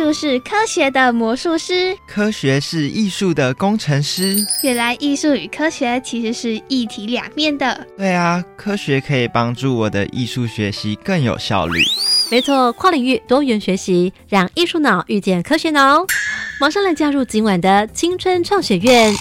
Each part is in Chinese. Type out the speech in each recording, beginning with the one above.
术是科学的魔术师， 科学是艺术的工程师。 原来艺术与科学其实是一体两面的。 对啊，科学可以帮助我的艺术学习更有效率。 没错，跨领域多元学习，让艺术脑遇见科学脑。马上来加入今晚的青春创学院。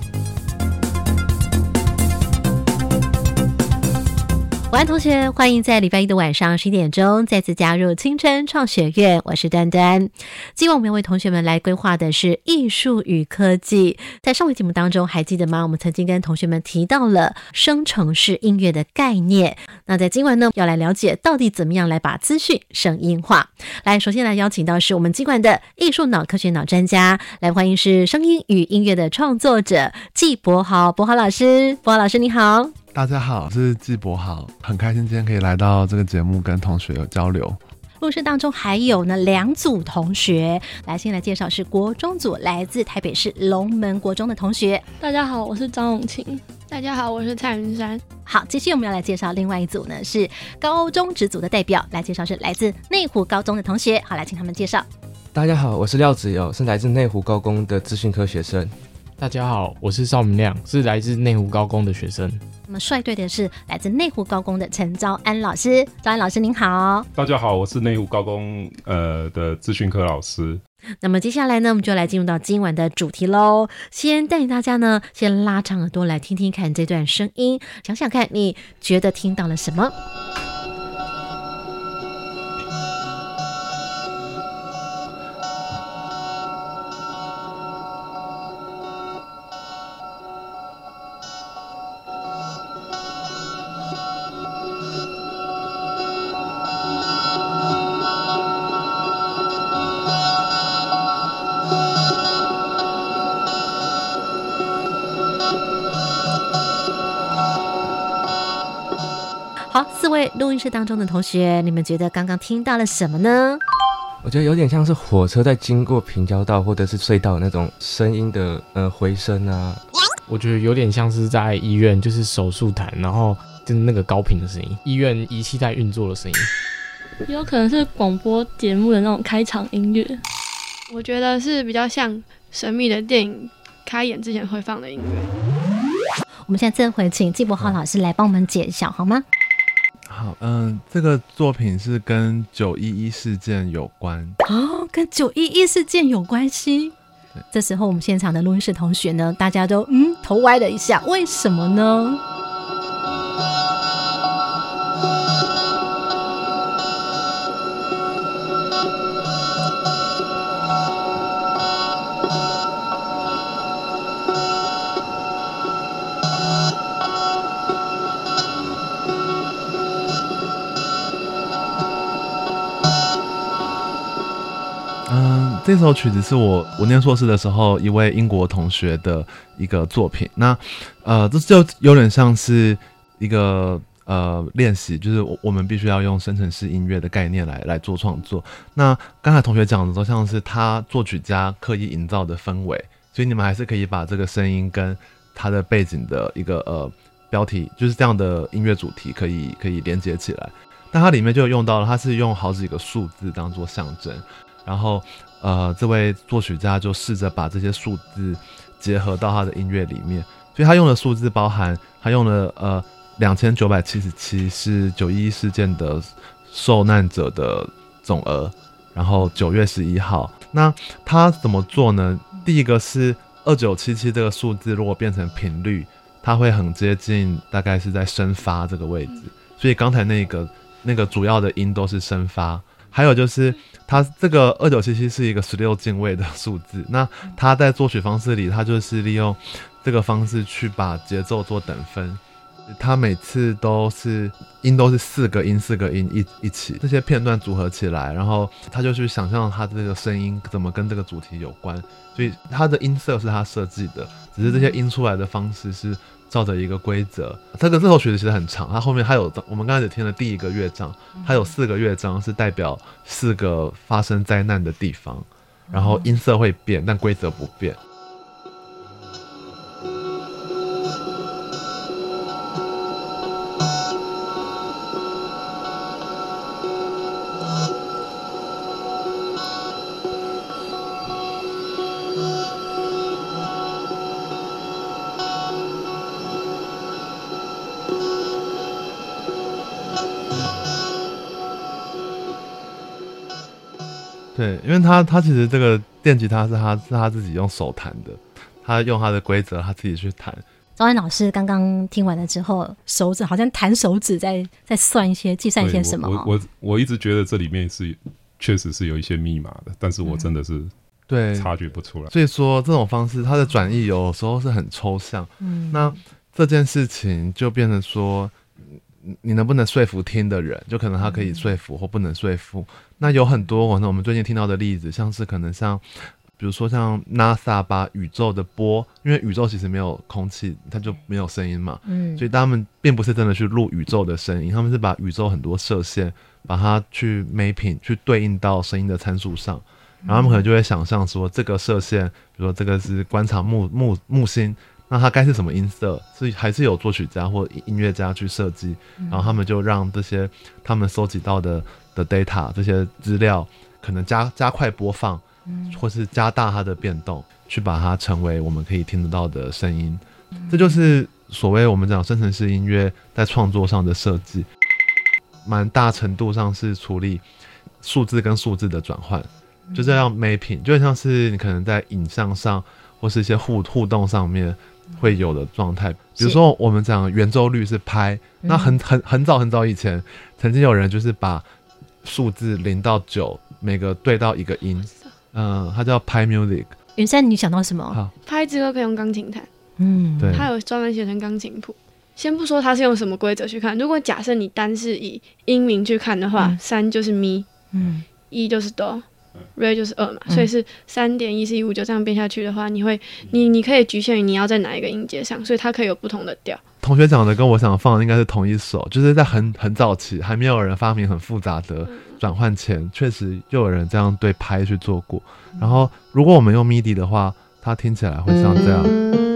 晚安同学，欢迎在礼拜一的晚上11点钟再次加入青春创学院，我是端端。今晚我们要为同学们来规划的是艺术与科技。在上回节目当中还记得吗？我们曾经跟同学们提到了生成式音乐的概念。那在今晚呢，要来了解到底怎么样来把资讯声音化。来，首先来邀请到是我们今晚的艺术脑科学脑专家，来欢迎是声音与音乐的创作者纪柏豪。柏豪老师，柏豪老师你好。 大家好，我是纪柏豪，很开心今天可以来到这个节目跟同学有交流。 录室当中还有呢2组同学，来先来介绍是国中组，来自台北市龙门国中的同学。 大家好，我是张永晴。大家好，我是蔡云山。 好，接下来我们要来介绍另外一组呢，是高中职组的代表，来介绍是来自内湖高中的同学。好，来请他们介绍。 大家好，我是廖子友，是来自内湖高工的资讯科学生。 大家好，我是邵明亮，是来自内湖高工的学生。 那么率队的是来自内湖高工的陈昭安老师。昭安老师您好。 大家好，我是内湖高工的资讯科老师。 那么接下来呢，我们就来进入到今晚的主题咯。先带领大家呢，先拉长耳朵来听听看这段声音，想想看你觉得听到了什么。好，4位录音室当中的同学，你们觉得刚刚听到了什么呢？ 我觉得有点像是火车在经过平交道或者是隧道那种声音的回声啊。 我觉得有点像是在医院，就是手术台，然后就是那个高频的声音，医院仪器在运作的声音。 也有可能是广播节目的那种开场音乐。我觉得是比较像神秘的电影开演之前会放的音乐。 我们现在这回请纪柏豪老师来帮我们揭晓好吗？ 好，这个作品是跟911事件有关。 哦，跟911事件有关系。这时候我们现场的录音室同学呢，大家都头歪了一下，为什么呢？ 这首曲子是我念硕士的时候一位英国同学的一个作品。那这就有点像是一个练习，就是我们必须要用生成式音乐的概念来做创作。那刚才同学讲的都像是他作曲家刻意营造的氛围，所以你们还是可以把这个声音跟他的背景的一个标题，就是这样的音乐主题可以连接起来。但它里面就用到了，它是用好几个数字当做象征，然后这位作曲家就试着把这些数字结合到他的音乐里面，所以他用的数字包含他用了2977是911事件的受难者的总额，然后9月11号。那他怎么做呢？第一个是2977这个数字如果变成频率，它会很接近大概是在升发这个位置，所以刚才那个主要的音都是升发。还有就是它这个2977是一个16进位的数字，那它在作曲方式里，它就是利用这个方式去把节奏做等分，它每次都是音都是4个音4个音一起，这些片段组合起来，然后他就去想象它这个声音怎么跟这个主题有关，所以它的音色是他设计的，只是这些音出来的方式是照着一个规则。这首曲子其实很长，它后面还有我们刚才只听了第1个乐章，它有4个乐章是代表4个发生灾难的地方，然后音色会变，但规则不变。 对，因为他其实这个电吉他是他自己用手弹的，他用他的规则他自己去弹。 昭安老师刚刚听完了之后，手指好像弹手指在算一些计算一些什么。 我一直觉得这里面确实是有一些密码的，但是我真的是对察觉不出来。 所以说这种方式它的转译有时候是很抽象。那这件事情就变成说你能不能说服听的人，就可能他可以说服或不能说服。那有很多我们最近听到的例子，像是可能比如说像 NASA 把宇宙的波，因为宇宙其实没有空气，它就没有声音嘛，所以他们并不是真的去录宇宙的声音，他们是把宇宙很多射线把它去 mapping 去对应到声音的参数上，然后他们可能就会想象说这个射线，比如说这个是观察木星，那它该是什么音色，还是有作曲家或音乐家去设计，然后他们就让这些他们收集到的 data 这些资料可能加快播放，或是加大它的变动，去把它成为我们可以听得到的声音。这就是所谓我们讲生成式音乐在创作上的设计，蛮大程度上是处理数字跟数字的转换，就这样 mapping， 就像是你可能在影像上或是一些互动上面会有的状态。比如说我们讲圆周率是拍，那很早以前曾经有人就是把数字0到9每个对到一个音，它叫拍 music。 云山，你想到什么？ 好， 拍之后可以用钢琴弹， 对， 它有专门写成钢琴谱。先不说它是用什么规则去看，如果假设你单是以音名去看的话，3就是咪，1就是哆，re 就是2嘛，所以是3.1459这样变下去的话，你可以局限于你要在哪一个音阶上，所以它可以有不同的调。 同学讲的跟我想放的应该是同一首，就是在很早期还没有人发明很复杂的转换前，确实就有人这样对拍去做过。然后如果我们用 MIDI 的话，它听起来会像这样。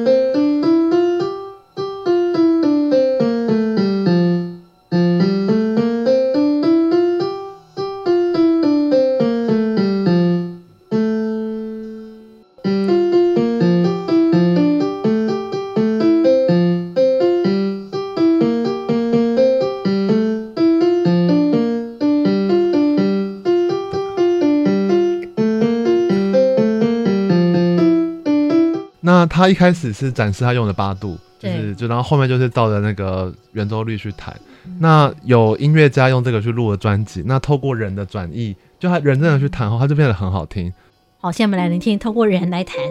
那他一开始是展示他用的8度，然后后面就是照着那个圆周率去弹。那有音乐家用这个去录了专辑，那透过人的转译，就他人真的去弹后，他就变得很好听。 好，现在我们来聆听透过人来弹。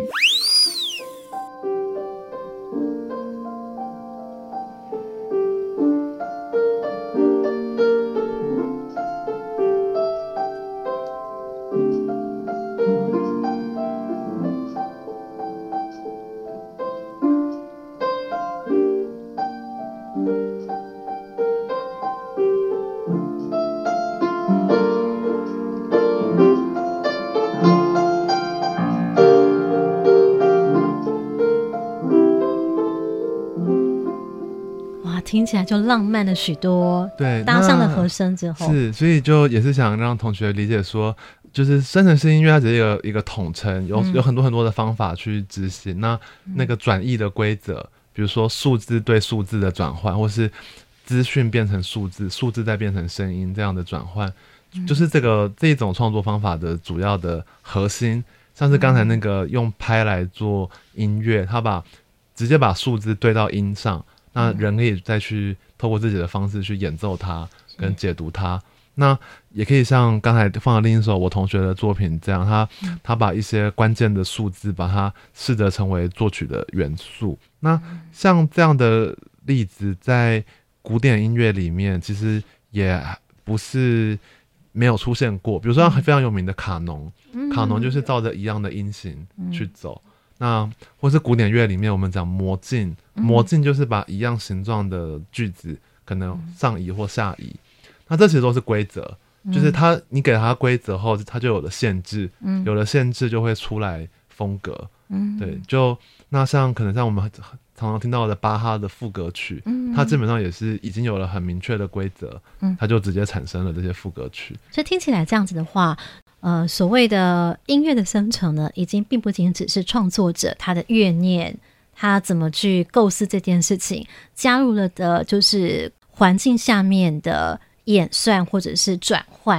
听起来就浪漫了许多， 对， 搭上了和声之后， 是，所以就也是想让同学理解说，就是生成式音乐它只是一个统称，有很多的方法去执行。那个转译的规则，比如说数字对数字的转换，或是资讯变成数字，数字再变成声音这样的转换，就是这一种创作方法的主要的核心。像是刚才那个用拍来做音乐，他直接把数字对到音上。那人可以再去透过自己的方式去演奏它跟解读它。那也可以像刚才放的另一首我同学的作品这样，他把一些关键的数字把它试着成为作曲的元素。那像这样的例子在古典音乐里面其实也不是没有出现过，比如说非常有名的卡农，卡农就是照着一样的音型去走。那或是古典乐里面我们讲魔镜，魔镜就是把一样形状的句子可能上移或下移，那这其实都是规则，就是你给它规则后它就有了限制，有了限制就会出来风格。对，那可能像我们常常听到的巴哈的赋格曲，它基本上也是已经有了很明确的规则，它就直接产生了这些赋格曲。 所以听起来这样子的话，所谓的音乐的生成呢，已经并不仅只是创作者他的乐念，他怎么去构思这件事情，加入了的就是环境下面的演算或者是转换。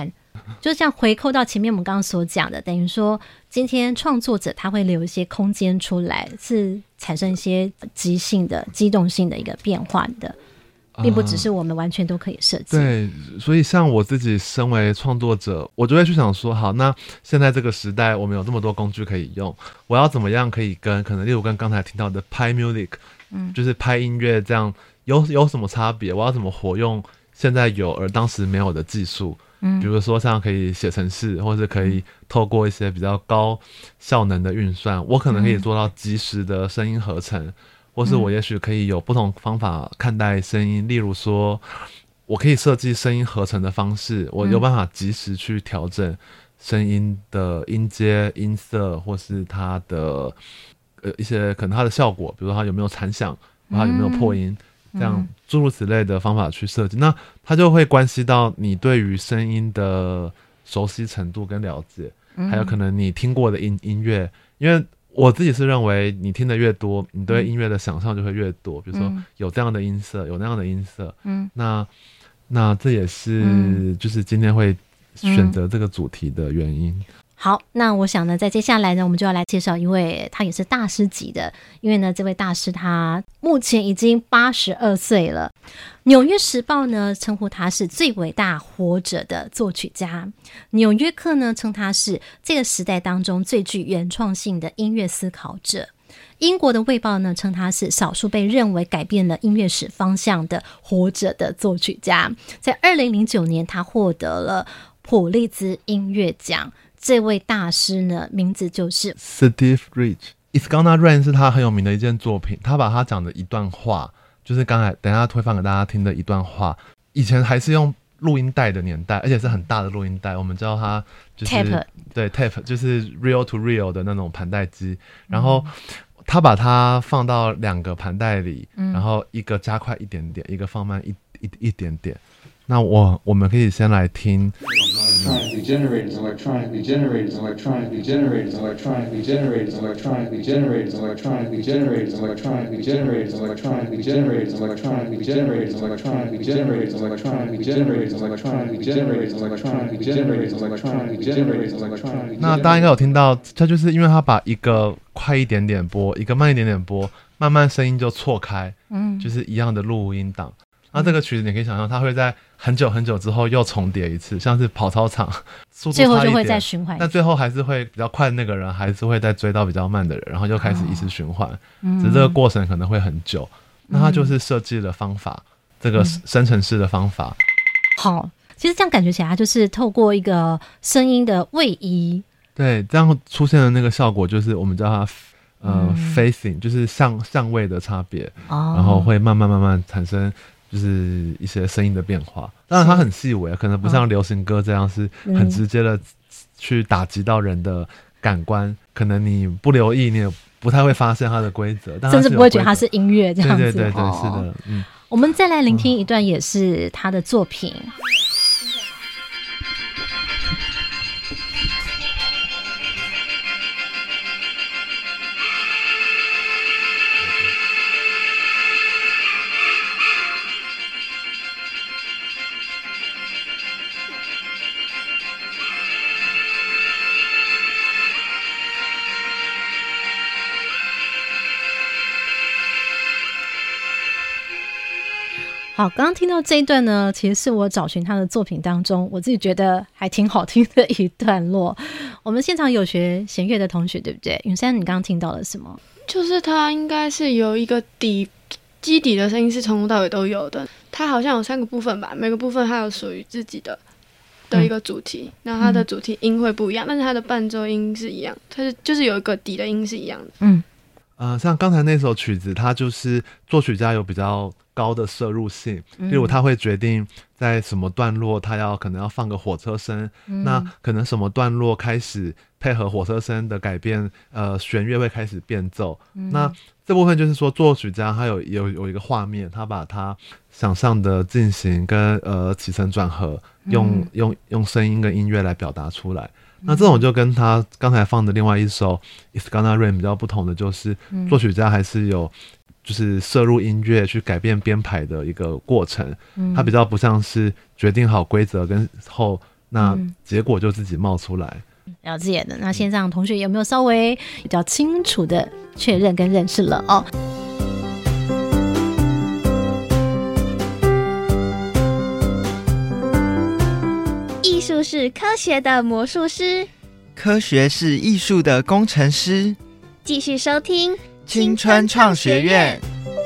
就像回扣到前面我们刚刚所讲的，等于说今天创作者他会留一些空间出来，是产生一些即兴的机动性的一个变换的，并不只是我们完全都可以设计。 对，所以像我自己身为创作者，我就会去想说，好，那现在这个时代我们有这么多工具可以用，我要怎么样可以跟可能例如跟刚才听到的拍 music，就是拍音乐这样有什么差别？我要怎么活用现在有而当时没有的技术？比如说像可以写程式，或是可以透过一些比较高效能的运算，我可能可以做到即时的声音合成，或是我也许可以有不同方法看待声音，例如说我可以设计声音合成的方式，我有办法即时去调整声音的音阶、音色，或是它的一些可能它的效果，比如说它有没有残响，它有没有破音，这样诸如此类的方法去设计，那它就会关系到你对于声音的熟悉程度跟了解，还有可能你听过的音乐，因为我自己是认为你听得越多，你对音乐的想象就会越多，比如说有这样的音色，有那样的音色，那这也是就是今天会选择这个主题的原因。 好，那我想呢，在接下来呢，我们就要来介绍一位他也是大师级的，因为呢，这位大师他目前已经82岁了。纽约时报呢称呼他是最伟大活着的作曲家，纽约客呢称他是这个时代当中最具原创性的音乐思考者。英国的卫报呢称他是少数被认为改变了音乐史方向的活着的作曲家。在2009年，他获得了普利兹音乐奖。这位大师呢，名字就是 Steve Reich。It's Gonna Rain 是他很有名的一件作品，他把他讲的一段话，就是刚才等一下推放给大家听的一段话，以前还是用录音带的年代，而且是很大的录音带，我们叫它就是 tape， 对 tape 就是 real to real 的那种盘带机，然后他把它放到2个盘带里，然后一个加快一点点，一个放慢一点点。那我们可以先来听。 Electronically generated, electronically generated, electronically generated, electronically generated, electronically generated, electronically generated, electronically generated, electronically generated, electronically generated, electronically generated, electronically generated, electronically generated, electronically generated, electronically generated, electronically。 那大家应该有听到，它就是因为它把一个快一点点播，一个慢一点点播，慢慢声音就错开，就是一样的录音档。那这个曲子你可以想象，它会在很久很久之后又重叠一次，像是跑操场，速度差一点， 最后就会再循环。 但最后还是会比较快的那个人，还是会再追到比较慢的人，然后又开始一次循环。只是这个过程可能会很久。那它就是设计的方法，这个生成式的方法。 好，其实这样感觉起来，它就是透过一个声音的位移， 对，这样出现的那个效果就是我们叫它facing， 就是相位的差别，然后会慢慢产生。就是一些声音的变化，当然它很细微，可能不像流行歌这样是很直接的去打击到人的感官，可能你不留意，你也不太会发现它的规则， 甚至不会觉得它是音乐这样子。 对，是的。 我们再来聆听一段，也是他的作品。好，刚刚听到这一段呢，其实是我找寻他的作品当中，我自己觉得还挺好听的一段落。我们现场有学弦乐的同学，对不对？云珊，你刚刚听到了什么？ 就是它应该是有一个基底的声音是从头到尾都有的，它好像有3个部分吧，每个部分它有属于自己的一个主题，那它的主题音会不一样，但是它的伴奏音是一样，它就是有一个底的音是一样的。 像刚才那首曲子，它就是作曲家有比较高的摄入性，例如他会决定在什么段落他可能要放个火车声，那可能什么段落开始配合火车声的改变，弦乐会开始变奏。那这部分就是说作曲家他有一个画面，他把他想象的进行跟起承转合用声音跟音乐来表达出来。那这种就跟他刚才放的另外一首 It's Gonna Rain 比较不同的，就是作曲家还是有就是摄入音乐去改变编排的一个过程，它比较不像是决定好规则跟后那结果就自己冒出来。 了解的。那线上同学有没有稍微比较清楚的确认跟认识了哦？ 艺术是科学的魔术师， 科学是艺术的工程师。 继续收听青春创学院。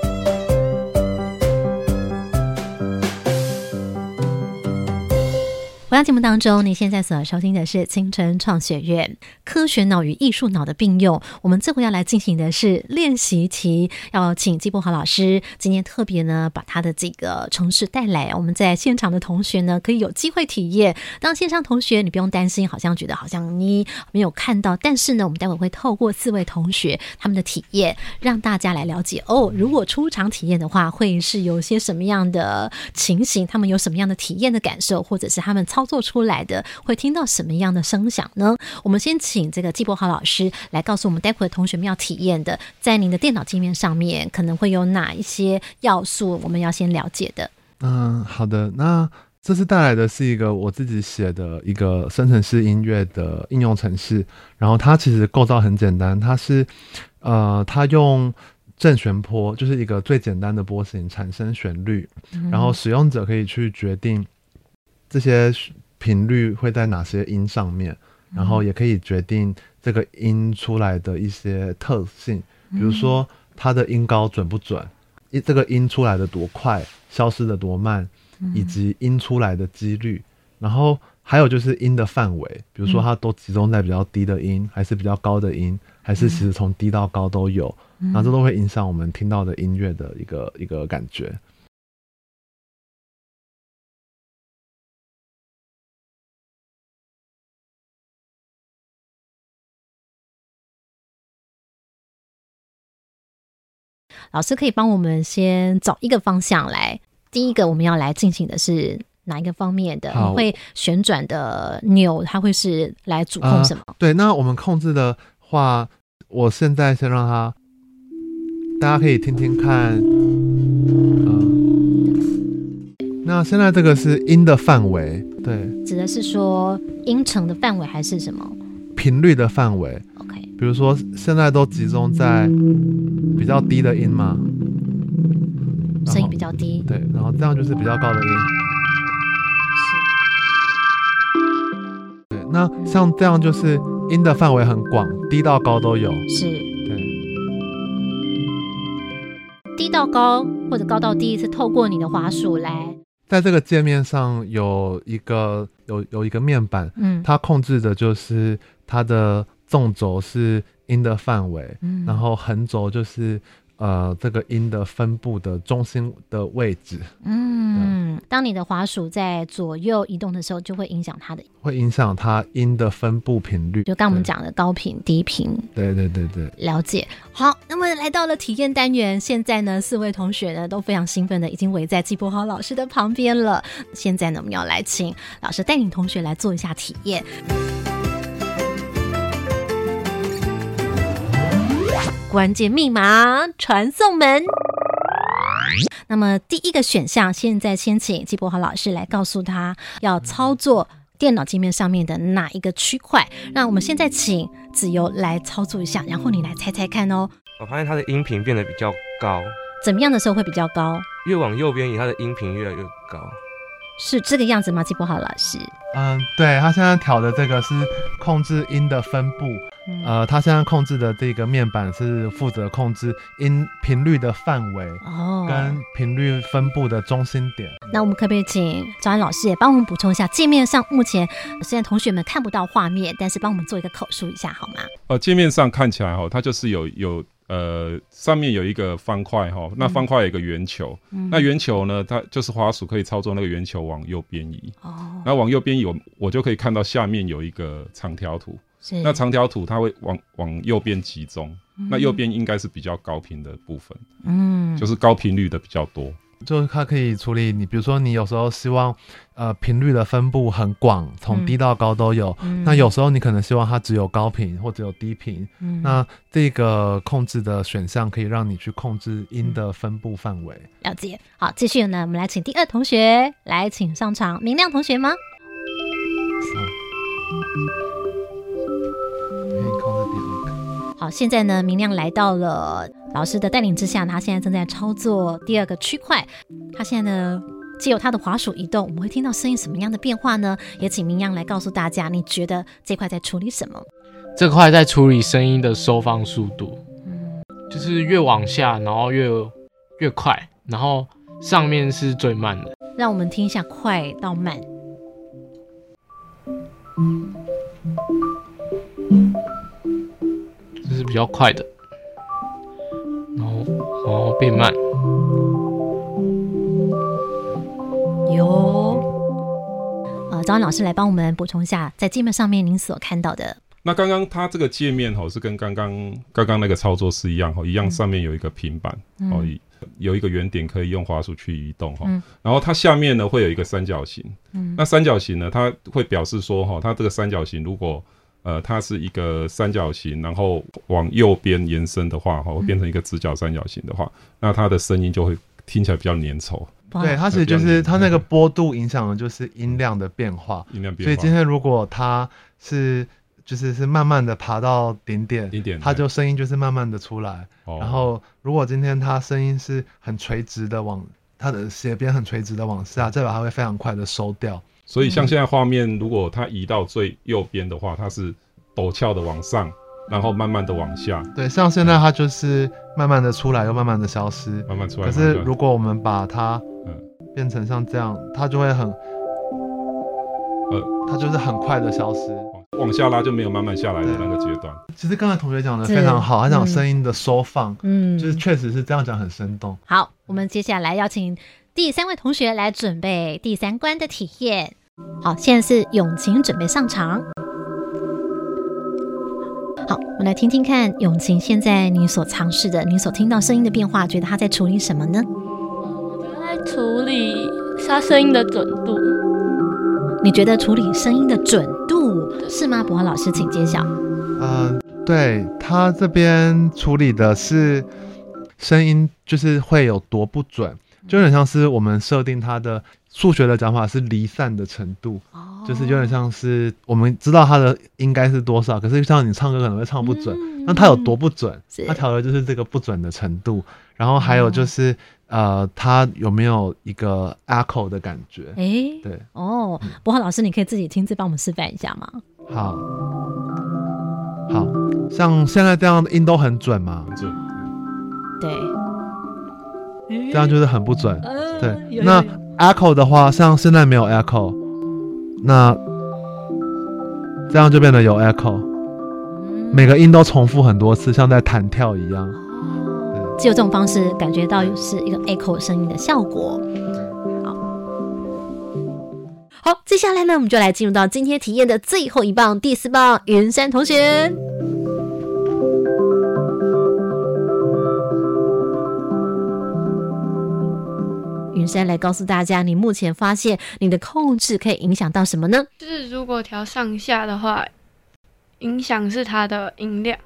回到节目当中，你现在所收听的是青春创学院科学脑与艺术脑的并用。我们这回要来进行的是练习题，要请纪柏豪老师今天特别呢把他的这个程式带来，我们在现场的同学呢可以有机会体验。当线上同学你不用担心，好像觉得好像你没有看到，但是呢我们待会会透过4位同学他们的体验，让大家来了解哦，如果出场体验的话会是有些什么样的情形，他们有什么样的体验的感受，或者是他们操作出来的会听到什么样的声响呢？我们先请这个纪柏豪老师来告诉我们，待会同学们要体验的，在您的电脑界面上面可能会有哪一些要素，我们要先了解的。 好的，那这次带来的是一个我自己写的一个生成式音乐的应用程式，然后它其实构造很简单，它是它用正弦波，就是一个最简单的波形产生旋律，然后使用者可以去决定这些频率会在哪些音上面，然后也可以决定这个音出来的一些特性，比如说它的音高准不准，这个音出来的多快，消失的多慢，以及音出来的几率，然后还有就是音的范围，比如说它都集中在比较低的音，还是比较高的音，还是其实从低到高都有，那这都会影响我们听到的音乐的一个感觉。 老师可以帮我们先找一个方向来，第一个我们要来进行的是哪一个方面的？你会旋转的钮，它会是来主控什么？ 对，那我们控制的话，我现在先让它，大家可以听听看。那现在这个是音的范围，对， 指的是说音程的范围还是什么？ 频率的范围。 OK， 比如说现在都集中在比较低的音嘛， 声音比较低， 对，然后这样就是比较高的音。对，那像这样就是音的范围很广，低到高都有。 是， 对， 低到高或者高到低是透过你的滑鼠来。 在这个界面上有一个面板，它控制的就是它的纵轴是音的范围，然后横轴就是这个音的分布的中心的位置。 当你的滑鼠在左右移动的时候，就会影响它的， 会影响它音的分布频率。 就刚我们讲的高频、低频。 对对对对， 了解。好，那么来到了体验单元，现在呢，4位同学呢都非常兴奋的，已经围在纪柏豪老师的旁边了。现在呢，我们要来请老师带领同学来做一下体验。关键密码传送门。那么第一个选项，现在先请纪柏豪老师来告诉他要操作电脑界面上面的哪一个区块。那我们现在请子由来操作一下，然后你来猜猜看哦。 我发现它的音频变得比较高， 怎么样的时候会比较高？ 越往右边移，它的音频越来越高。 是这个样子吗，纪柏豪老师？ 对，他现在调的这个是控制音的分布，他现在控制的这个面板是负责控制音频率的范围，跟频率分布的中心点。 那我们可不可以请张安老师也帮我们补充一下，界面上目前虽然同学们看不到画面，但是帮我们做一个口述一下好吗？ 界面上看起来它就是有上面有一个方块那方块有一个圆球，那圆球呢，它就是滑鼠可以操作那个圆球往右边移，那往右边移我就可以看到下面有一个长条图，那长条图它会往右边集中，那右边应该是比较高频的部分，就是高频率的比较多。 就是它可以处理你，比如说你有时候希望频率的分布很广，从低到高都有，那有时候你可能希望它只有高频或只有低频，那这个控制的选项可以让你去控制音的分布范围。 了解。好，继续呢，我们来请第二同学来请上场，明亮同学吗？ 可以控制第2个。 好，现在呢，明亮来到了老师的带领之下，他现在正在操作第2个区块。他现在呢，藉由他的滑鼠移动，我们会听到声音什么样的变化呢？也请明亮来告诉大家，你觉得这块在处理什么？ 这块在处理声音的收放速度，就是越往下，然后越快，然后上面是最慢的。 让我们听一下快到慢。 这是比较快的，然后变慢。 找老师来帮我们补充一下，在界面上面您所看到的。 那刚刚它这个界面是跟刚刚那个操作是一样，上面有一个平板，有一个圆点可以用滑鼠去移动，然后它下面呢会有一个三角形，那三角形呢它会表示说它这个三角形如果它是一个三角形，然后往右边延伸的话，会变成一个直角三角形的话，那它的声音就会听起来比较粘稠。 对，它其实就是它那个波度影响的就是音量的变化，所以今天如果它是慢慢的爬到顶点，它就声音就是慢慢的出来。然后如果今天它声音是很垂直的它的斜边很垂直的往下，代表它会非常快的收掉。 所以像现在画面，如果它移到最右边的话，它是陡峭的往上，然后慢慢的往下。 对，像现在它就是慢慢的出来又慢慢的消失， 慢慢出来。 可是如果我们把它变成像这样，它就会它就是很快的消失。 往下拉就没有慢慢下来的那个阶段。 其实刚才同学讲的非常好，他讲声音的收放，就是确实是这样讲很生动。 好，我们接下来邀请第3位同学来准备第3关的体验。好，现在是永晴准备上场。好，我们来听听看永晴现在你所尝试的，你所听到声音的变化，觉得他在处理什么呢？ 我觉得在处理他声音的准度。 你觉得处理声音的准度是吗？博豪老师请揭晓。 对，他这边处理的是声音就是会有多不准，就有点像是我们设定它的数学的讲法是离散的程度，就是有点像是我们知道它的应该是多少，可是像你唱歌可能会唱不准，那它有多不准，它调的就是这个不准的程度。然后还有就是它有没有一个 echo 的感觉？对博豪老师，你可以自己亲自帮我们示范一下吗？ 好，像现在这样的音都很准吗？ 很准。 对， 这样就是很不准。对，那 echo 的话，像现在没有 echo， 那这样就变得有 echo，每个音都重复很多次，像在弹跳一样。 只有这种方式感觉到是一个 echo 声音的效果。好，接下来呢，我们就来进入到今天体验的最后一棒，第4棒，云山同学。云山来告诉大家，你目前发现你的控制可以影响到什么呢？ 就是如果调上下的话，影响是它的音量。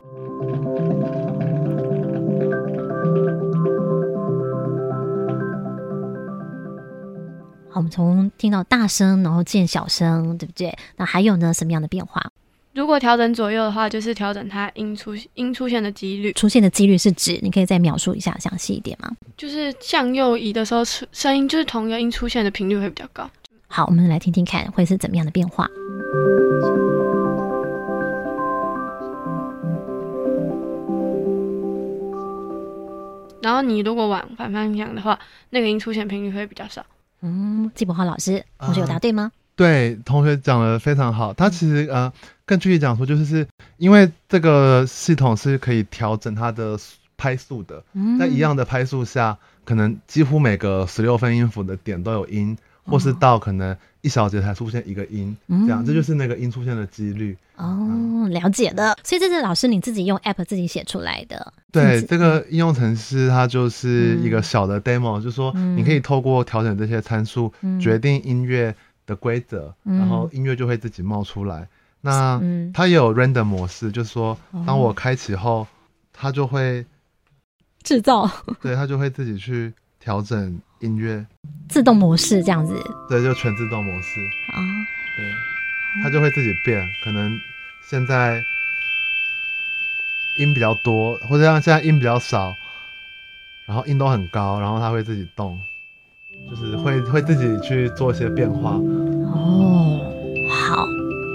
我们从听到大声，然后渐小声，对不对？那还有呢，什么样的变化？ 如果调整左右的话，就是调整它音出现的几率。 出现的几率是指，你可以再描述一下，详细一点吗？ 就是向右移的时候，声音就是同一个音出现的频率会比较高。 好，我们来听听看会是怎么样的变化。 然后你如果往反方向的话，那个音出现频率会比较少。 季博豪老师，同学有答对吗？ 对，同学讲得非常好。他其实更具体讲说，就是因为这个系统是可以调整它的拍速的，在一样的拍速下，可能几乎每个16分音符的点都有音，或是到可能1小节才出现一个音，这样，这就是那个音出现的几率。 了解了。所以这是老师你自己用 app 自己写出来的。 对，这个应用程式它就是一个小的 demo，就是说你可以透过调整这些参数，决定音乐的规则，然后音乐就会自己冒出来。那它也有 random 模式，就是说当我开启后，它就会制造， 对，它就会自己去调整音乐， 自动模式这样子。 对，就全自动模式。 对。 它就会自己变，可能现在音比较多，或者像现在音比较少，然后音都很高，然后它会自己动，就是会自己去做一些变化。 哦，好。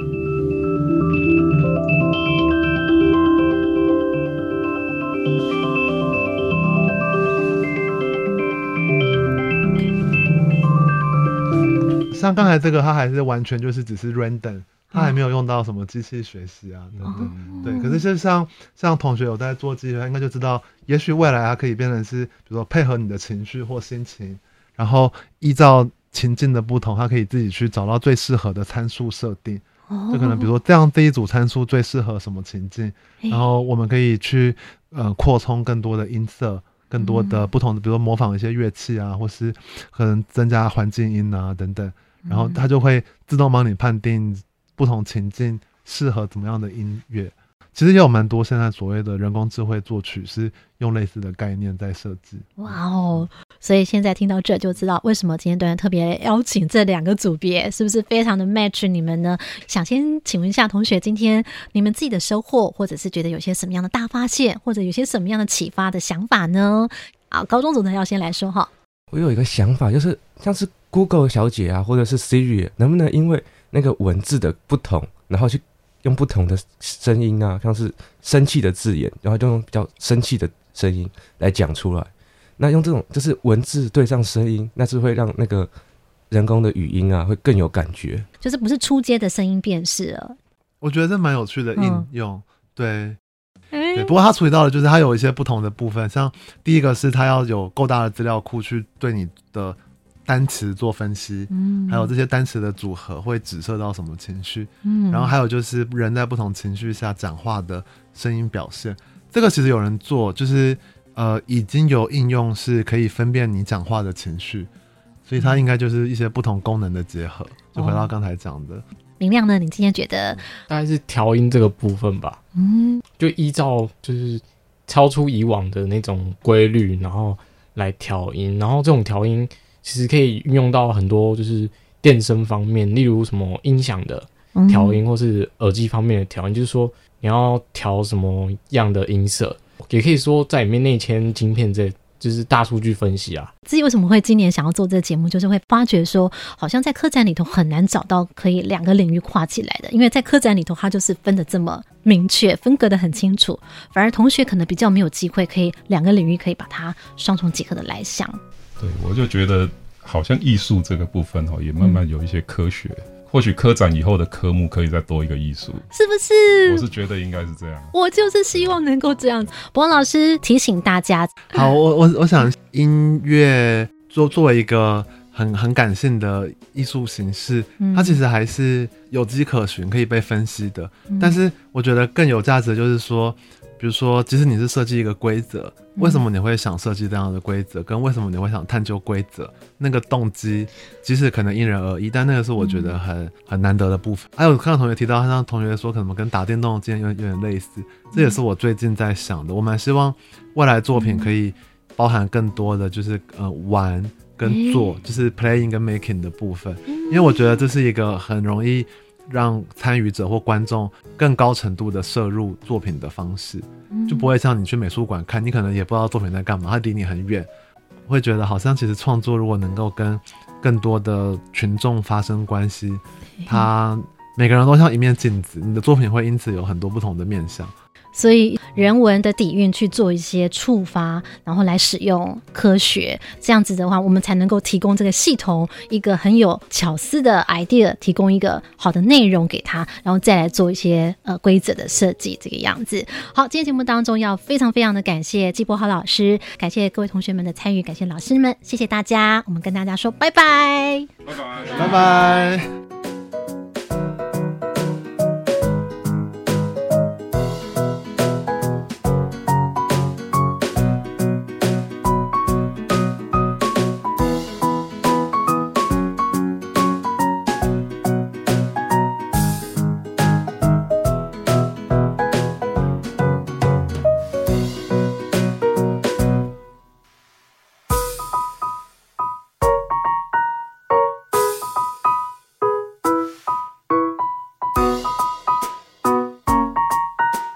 像刚才这个，它还是完全就是只是 random， 它还没有用到什么机器学习啊等等。对，可是就像同学有在做机器学习，应该就知道，也许未来它可以变成是，比如说配合你的情绪或心情，然后依照情境的不同，它可以自己去找到最适合的参数设定。就可能比如说这一组参数最适合什么情境，然后我们可以去扩充更多的音色。更多的不同的，比如说模仿一些乐器啊，或是可能增加环境音啊等等，然后它就会自动帮你判定不同情境适合怎么样的音乐。其实也有蛮多现在所谓的人工智慧作曲是用类似的概念在设计。 哇哦！所以现在听到这就知道为什么今天段特别邀请这2个组别，是不是非常的 match 你们呢？想先请问一下同学，今天你们自己的收获，或者是觉得有些什么样的大发现，或者有些什么样的启发的想法呢？好，高中组的要先来说哈。 我有一个想法，就是像是 Google 小姐啊，或者是 Siri， 能不能因为那个文字的不同，然后去用不同的声音啊，像是生气的字眼，然后就用比较生气的声音来讲出来。那用这种就是文字对上声音，那是会让那个人工的语音啊会更有感觉， 就是不是初阶的声音辨识了。 我觉得这蛮有趣的应用，对。对，不过它处理到的就是它有一些不同的部分，像第一个是它要有够大的资料库去对你的单词做分析，还有这些单词的组合会指涉到什么情绪，然后还有就是人在不同情绪下讲话的声音表现，这个其实有人做，就是已经有应用是可以分辨你讲话的情绪，所以它应该就是一些不同功能的结合，就回到刚才讲的。 明亮呢？你今天觉得大概是调音这个部分吧，就依照就是超出以往的那种规律，然后来调音，然后这种调音其实可以运用到很多就是电声方面，例如什么音响的调音，或是耳机方面的调音，就是说你要调什么样的音色，也可以说在里面内嵌晶片这就是大数据分析啊。 自己为什么会今年想要做这个节目，就是会发觉说好像在科展里头很难找到可以2个领域跨起来的，因为在科展里头它就是分得这么明确，分隔得很清楚，反而同学可能比较没有机会可以2个领域可以把它双重结合的来想。 对，我就觉得好像艺术这个部分也慢慢有一些科学，或许科展以后的科目可以再多一个艺术， 是不是？ 我是觉得应该是这样， 我就是希望能够这样。伯王老师提醒大家， 好，我想音乐作为一个很感性的艺术形式，它其实还是有迹可循，可以被分析的。但是我觉得更有价值的就是说，比如说，即使你是设计一个规则，为什么你会想设计这样的规则，跟为什么你会想探究规则，那个动机，即使可能因人而异，但那个是我觉得很难得的部分。还有看到同学提到，他让同学说可能跟打电动的经验有点类似，这也是我最近在想的。我蛮希望未来作品可以包含更多的就是玩跟做，就是 playing 跟 making 的部分，因为我觉得这是一个很容易让参与者或观众更高程度的摄入作品的方式，就不会像你去美术馆看，你可能也不知道作品在干嘛，它离你很远，会觉得好像其实创作如果能够跟更多的群众发生关系，它每个人都像一面镜子，你的作品会因此有很多不同的面向。 所以人文的底蕴去做一些触发，然后来使用科学，这样子的话我们才能够提供这个系统一个很有巧思的 idea， 提供一个好的内容给他，然后再来做一些规则的设计，这个样子。好，今天节目当中要非常非常的感谢纪柏豪老师，感谢各位同学们的参与，感谢老师们，谢谢大家，我们跟大家说拜拜， 拜拜。